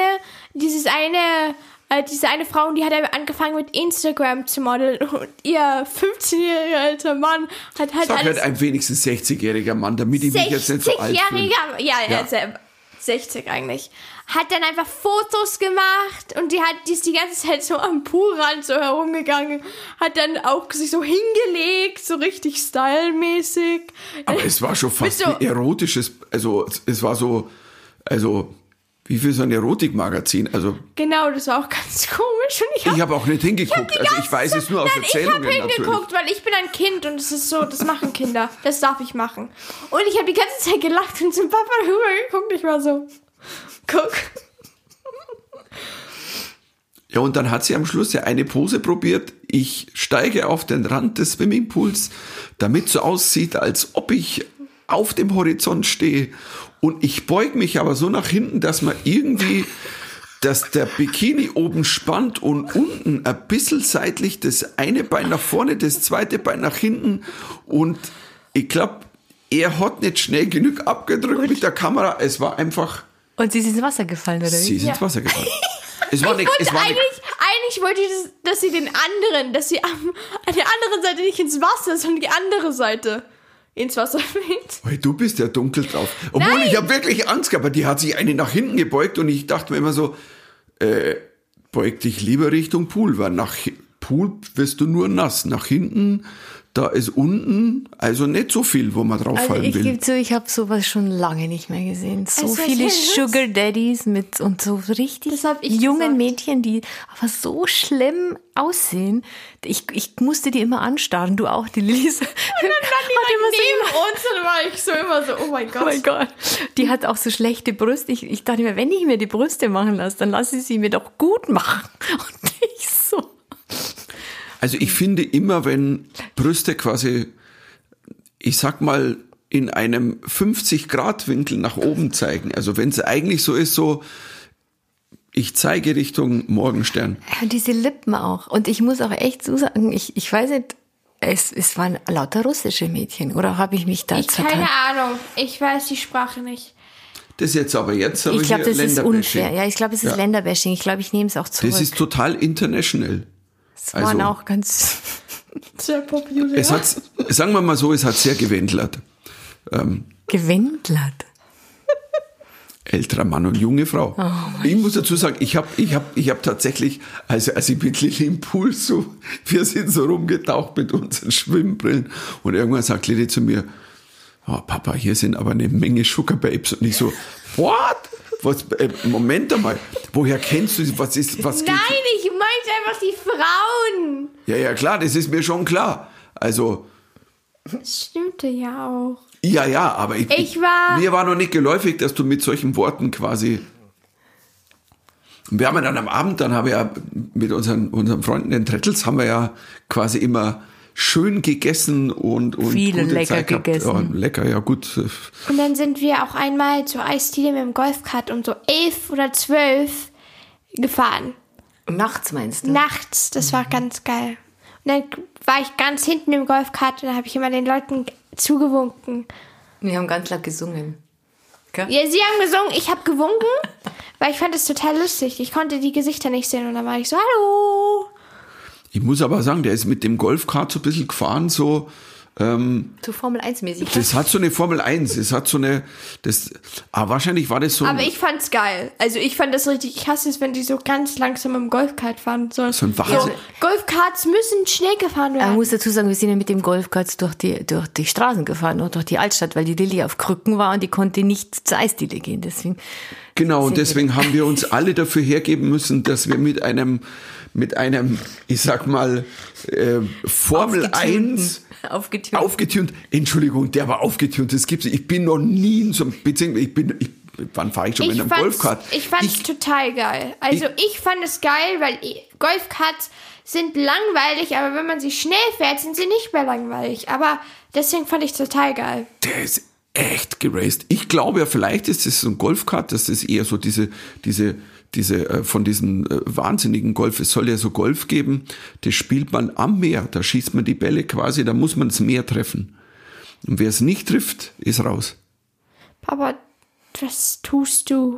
eine Frau, die hat angefangen mit Instagram zu modeln. Und ihr 15-jähriger alter Mann hat halt Sag alles... halt ein wenigstens 60-jähriger Mann, damit ich mich jetzt nicht so alt fühle. 60-jähriger, ja. 60 eigentlich. Hat dann einfach Fotos gemacht und die ist die ganze Zeit so am Poolrand so herumgegangen. Hat dann auch sich so hingelegt, so richtig stylmäßig. Aber es war schon fast Mit so- ein erotisches, also es war so, wie für so ein Erotikmagazin. Also Genau, das war auch ganz komisch. Und ich habe auch nicht hingeguckt. Ich weiß es nur aus Nein, ich Erzählungen habe hingeguckt, weil ich bin ein Kind und es ist so, das machen Kinder. Das darf ich machen. Und ich habe die ganze Zeit gelacht und zum Papa rübergeguckt. Ich war so, guck. Ja, und dann hat sie am Schluss ja eine Pose probiert. Ich steige auf den Rand des Swimmingpools, damit so aussieht, als ob ich auf dem Horizont stehe. Und ich beug mich aber so nach hinten, dass der Bikini oben spannt und unten ein bisschen seitlich das eine Bein nach vorne, das zweite Bein nach hinten. Und ich glaube, er hat nicht schnell genug abgedrückt mit der Kamera. Es war einfach, Und sie ist ins Wasser gefallen, oder sie wie? ist ins Wasser gefallen. Es war nicht, Eigentlich wollte ich, dass sie dass sie an der anderen Seite nicht ins Wasser, sondern die andere Seite ins Wasser fällt. Hey, du bist ja dunkel drauf. Obwohl, ich habe wirklich Angst gehabt, aber die hat sich eine nach hinten gebeugt und ich dachte mir immer so, beug dich lieber Richtung Pool, weil Pool wirst du nur nass. Nach hinten, da ist unten also nicht so viel, wo man drauf Also fallen ich will. gebe zu, ich habe sowas schon lange nicht mehr gesehen. So Es ist viele ja Sugar Daddies und so richtig Das hab ich jungen gesagt. Mädchen, die aber so schlimm aussehen. Ich musste die immer anstarren, du auch, die Lisa. Neben uns, dann war ich so immer so, oh mein Oh Gott. mein Gott. Die hat auch so schlechte Brüste. Ich dachte mir, wenn ich mir die Brüste machen lasse, dann lasse ich sie mir doch gut machen. Und nicht so. Also ich finde immer, wenn Brüste quasi, ich sag mal, in einem 50-Grad-Winkel nach oben zeigen, also wenn es eigentlich so ist, so, ich zeige Richtung Morgenstern. Und diese Lippen auch. Und ich muss auch echt so sagen, ich weiß nicht, es waren lauter russische Mädchen. Oder habe ich mich da Ich keine Ahnung. Ich weiß die Sprache nicht. Das jetzt aber jetzt, aber Ich glaube, hier das ist Länderbashing. unfair. Ja, ich glaube, es ist Ja. Länderbashing. Ich glaube, ich nehme es auch zurück. Das ist total international. Es waren also- auch ganz... Sehr populär. Es hat, sagen wir mal so, es hat sehr gewendlert. gewendlert. Älterer Mann und junge Frau. Ich muss dazu sagen, ich hab tatsächlich, also als ich mit Lilly im Pool so, wir sind so rumgetaucht mit unseren Schwimmbrillen und irgendwann sagt Lilly zu mir, oh, Papa, hier sind aber eine Menge Sugar Babes. Und ich so, what? Was, Moment einmal, woher kennst du, was geht? Nein, ich meinte einfach die Frauen. Ja, klar, das ist mir schon klar. Also, Das stimmte ja auch. ja, aber mir war noch nicht geläufig, dass du mit solchen Worten quasi. Und wir haben ja dann am Abend, dann haben wir ja mit unseren Freunden, den Trettels, haben wir ja quasi immer schön gegessen und Viele gute lecker Zeit gehabt. gegessen. Ja, lecker, ja gut. Und dann sind wir auch einmal zur Eisdiele mit dem Golfkart um so 11 oder 12 gefahren. Nachts meinst du? Nachts. Das war ganz geil. Und dann war ich ganz hinten im Golfkart und da habe ich immer den Leuten zugewunken. Wir haben ganz laut gesungen. Gell? Ja, sie haben gesungen, ich habe gewunken, weil ich fand es total lustig. Ich konnte die Gesichter nicht sehen und dann war ich so, hallo. Ich muss aber sagen, der ist mit dem Golfkart so ein bisschen gefahren, so. So Formel 1 mäßig. Das hat so eine Formel 1, das hat so eine. Wahrscheinlich war das so. Aber ich fand's geil. Also ich fand das richtig, ich hasse es, wenn die so ganz langsam im Golfkart fahren. So ein Wahnsinn. Golfkarts müssen schnell gefahren Man werden. muss dazu sagen, wir sind ja mit dem Golfkart durch die Straßen gefahren und durch die Altstadt, weil die Lilly auf Krücken war und die konnte nicht zur Eisdiele gehen. Deswegen Genau, und deswegen haben wir uns alle dafür hergeben müssen, dass wir mit einem, ich sag mal, Formel 1 aufgetunt. Entschuldigung, der war aufgetunt, das gibt's nicht. Ich bin noch nie in so einem, beziehungsweise wann fahre ich schon mit einem Golfkart? Ich fand's total geil. Also ich fand es geil, weil Golfkarts sind langweilig, aber wenn man sie schnell fährt, sind sie nicht mehr langweilig. Aber deswegen fand ich total geil. Der ist echt geraced. Ich glaube ja, vielleicht ist es so ein Golfkart, das ist eher so diese von diesen wahnsinnigen Golf, es soll ja so Golf geben, das spielt man am Meer, da schießt man die Bälle quasi, da muss man das Meer treffen. Und wer es nicht trifft, ist raus. Papa, was tust du?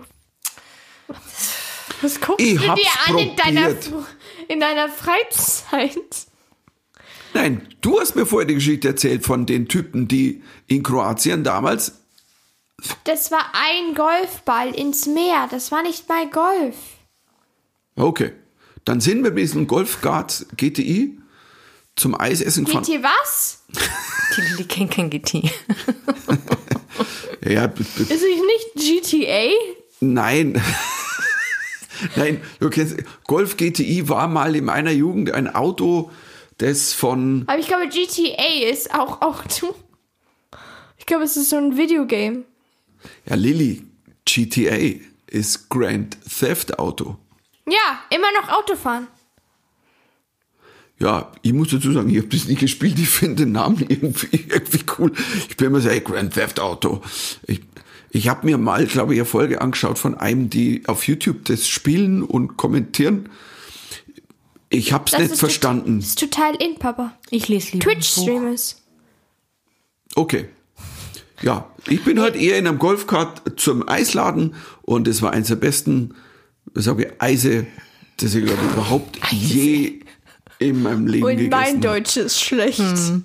Was guckst Ich du dir hab's an probiert. in deiner Freizeit? Nein, du hast mir vorher die Geschichte erzählt von den Typen, die in Kroatien damals. Das war ein Golfball ins Meer. Das war nicht mal Golf. Okay, dann sind wir mit diesem Golfkart GTI zum Eisessen gefahren. GT was? die Lilly kennt kein GT. Ja, Ist es nicht GTA? nein. Nein, du kennst, Golf GTI war mal in meiner Jugend ein Auto, das von, Aber ich glaube, GTA ist auch Auto. Ich glaube, es ist so ein Videogame. ja Lilly, GTA ist Grand Theft Auto. Ja, immer noch Autofahren. Ja, ich muss dazu sagen, ich habe das nie gespielt, ich finde den Namen irgendwie cool. Ich bin immer so, hey, Grand Theft Auto. Ich habe mir mal, glaube ich, eine Folge angeschaut von einem, die auf YouTube das spielen und kommentieren. Ich habe es nicht verstanden. Das ist total in, Papa. Ich lese lieber ein Buch. Twitch-Streamers. Okay. Ja, ich bin halt eher in einem Golfkart zum Eisladen und es war eines der besten, sage ich, Eise, das ich glaube überhaupt je in meinem Leben Und gegessen mein habe. Deutsch ist schlecht.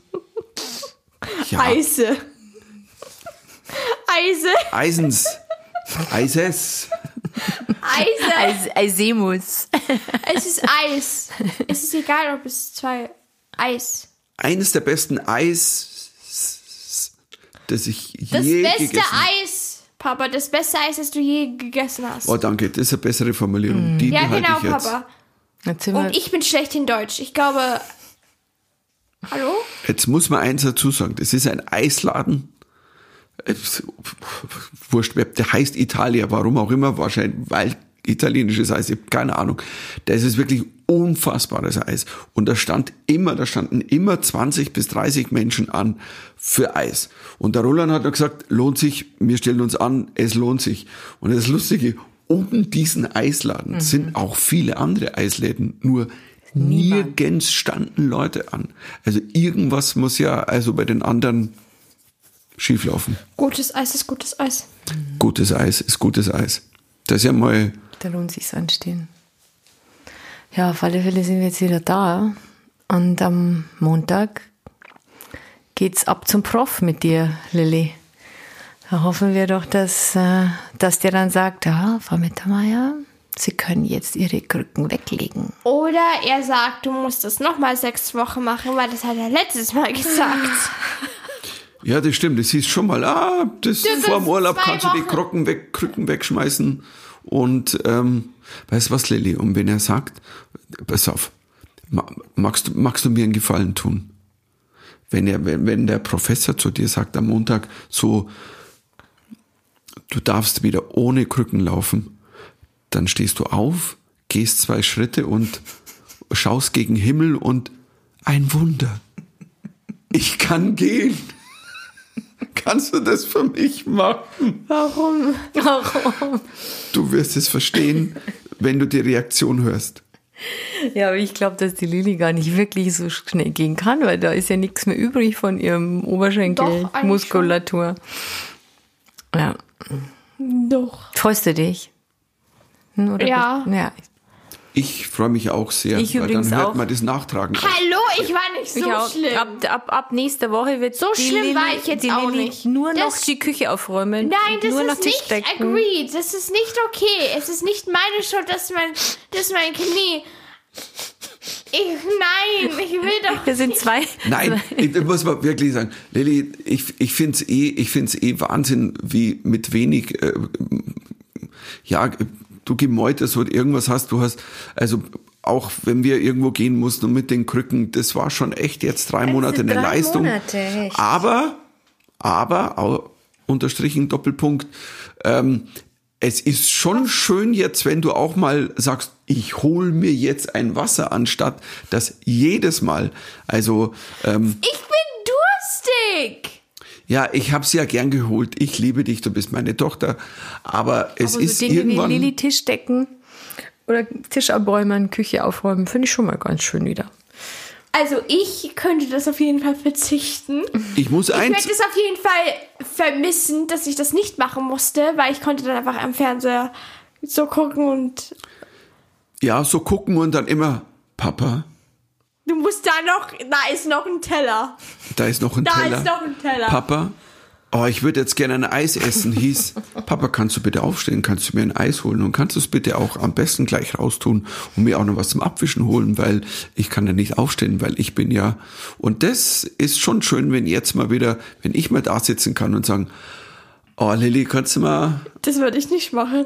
Ja, Eise. Eise. Eises. Eise. Eisemus. Es ist Eis. Es ist egal, ob es zwei Eis. Eines der besten Eis, das ich Das je beste gegessen habe. Eis, Papa, das beste Eis, das du je gegessen hast. Oh, danke, das ist eine bessere Formulierung. Die Ja, behalte genau, ich jetzt. Papa. Jetzt sind wir- Und ich bin schlecht in Deutsch. Ich glaube. Hallo? Jetzt muss man eins dazu sagen. Das ist ein Eisladen. Wurscht, der heißt Italia. Warum auch immer. Wahrscheinlich, weil italienisches Eis. Ich habe keine Ahnung. Das ist wirklich unfassbares Eis. Und da standen immer 20 bis 30 Menschen an für Eis. Und der Roland hat gesagt, lohnt sich, wir stellen uns an, es lohnt sich. Und das Lustige, um diesen Eisladen sind auch viele andere Eisläden, nur nirgends standen Leute an. Also irgendwas muss ja also bei den anderen schieflaufen. Gutes Eis ist gutes Eis. Gutes Eis ist gutes Eis. Das ist ja mal, Da lohnt sich's anstehen. Ja, auf alle Fälle sind wir jetzt wieder da. Und am Montag geht's ab zum Prof mit dir, Lilly. Da hoffen wir doch, dass der dann sagt, ja, Frau Mittermeier, Sie können jetzt Ihre Krücken weglegen. Oder er sagt, du musst das nochmal 6 Wochen machen, weil das hat er letztes Mal gesagt. ja, das stimmt. Das hieß schon mal, das Das vor dem ist Urlaub 2 kannst du die Wochen. Krücken wegschmeißen. Und weißt du was, Lilly? Und wenn er sagt, pass auf, magst du mir einen Gefallen tun? Wenn der Professor zu dir sagt am Montag so, du darfst wieder ohne Krücken laufen, dann stehst du auf, gehst 2 Schritte und schaust gegen Himmel und ein Wunder. Ich kann gehen. Kannst du das für mich machen? Warum? Du wirst es verstehen, wenn du die Reaktion hörst. Ja, aber ich glaube, dass die Lilly gar nicht wirklich so schnell gehen kann, weil da ist ja nichts mehr übrig von ihrem Doch, eigentlich Oberschenkelmuskulatur. Ja. Doch. Freust du dich? Oder Ja. Ja. Ich freue mich auch sehr, Ich weil dann übrigens hört auch. man das Nachtragen auf. Hallo, ich war nicht so Ich auch. schlimm. Ab nächster Woche wird So die schlimm Lilly, war ich jetzt die auch Lilly nicht. nur noch Das- die Küche aufräumen. Nein, das nur noch ist Tisch nicht decken. agreed. Das ist nicht okay. Es ist nicht meine Schuld, dass mein Knie. Nein, ich will doch. Wir sind 2. Nein, ich muss mal wirklich sagen, Lilly, ich find's eh Wahnsinn, wie mit wenig, du gemeutert oder irgendwas hast. Du hast, also auch wenn wir irgendwo gehen mussten und mit den Krücken, das war schon echt jetzt 3 Monate eine 3 Leistung. Monate, echt. Aber, auch unterstrichen Doppelpunkt, es ist schon schön jetzt, wenn du auch mal sagst, ich hol mir jetzt ein Wasser, anstatt das jedes Mal. Also, Ich bin durstig. ja, ich hab's ja gern geholt. Ich liebe dich, du bist meine Tochter. Aber es Aber ist so Dinge irgendwann. wie Lilly Tisch decken oder Tisch abräumen, Küche aufräumen, finde ich schon mal ganz schön wieder. Also ich könnte das auf jeden Fall verzichten. Ich muss Ich eins. werde es auf jeden Fall vermissen, dass ich das nicht machen musste, weil ich konnte dann einfach am Fernseher so gucken und Ja, so gucken und dann immer, Papa, du musst da ist noch ein Teller. da ist noch ein Da Teller. ist noch ein Teller. Papa, ich würde jetzt gerne ein Eis essen, hieß, Papa, kannst du bitte aufstehen, kannst du mir ein Eis holen und kannst du es bitte auch am besten gleich raustun und mir auch noch was zum Abwischen holen, weil ich kann ja nicht aufstehen, weil ich bin ja, und das ist schon schön, wenn ich mal da sitzen kann und sagen, Lilly, kannst du mal, Das würde ich nicht machen.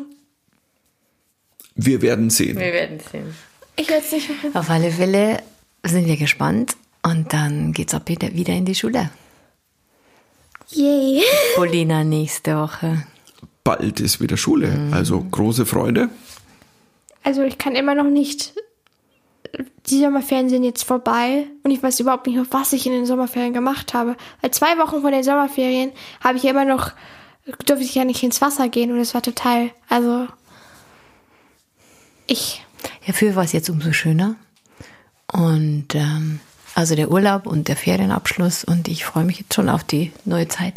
wir werden sehen. Wir werden sehen. Ich werde es nicht machen. Auf alle Fälle sind wir gespannt und dann geht's ab wieder in die Schule. Yay. Polina nächste Woche. Bald ist wieder Schule, also große Freude. Also ich kann immer noch nicht. Die Sommerferien sind jetzt vorbei und ich weiß überhaupt nicht, was ich in den Sommerferien gemacht habe. Weil 2 Wochen vor den Sommerferien durfte ich ja nicht ins Wasser gehen und es war total, also Ja, für war es jetzt umso schöner. Und also der Urlaub und der Ferienabschluss und ich freue mich jetzt schon auf die neue Zeit.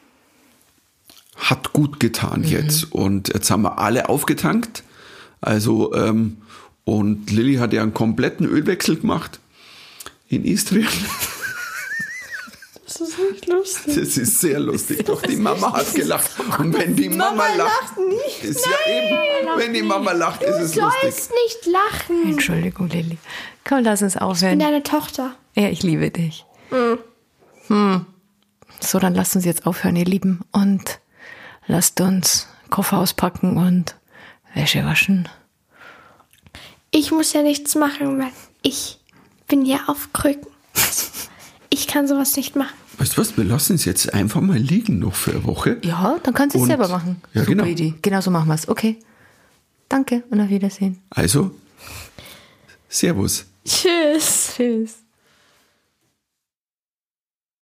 Hat gut getan jetzt. Und jetzt haben wir alle aufgetankt. Also, und Lilly hat ja einen kompletten Ölwechsel gemacht in Istrien. Das ist nicht lustig. Das ist sehr lustig. Doch die Mama hat gelacht. Und wenn die Mama lacht, nicht. ist ja eben, wenn die Mama lacht, ist es Du lustig. sollst nicht lachen. Entschuldigung, Lilly. Komm, lass uns Ich bin aufhören. deine Tochter. Ja, ich liebe dich. So, dann lasst uns jetzt aufhören, ihr Lieben. Und lasst uns Koffer auspacken und Wäsche waschen. Ich muss ja nichts machen, weil ich bin ja auf Krücken. Ich kann sowas nicht machen. Weißt du was, wir lassen es jetzt einfach mal liegen noch für eine Woche. Ja, dann kannst du es Und- selber machen. Ja, Super genau. Idee. Genau so machen wir es. Okay. Danke und auf Wiedersehen. Also, Servus. Tschüss. Tschüss.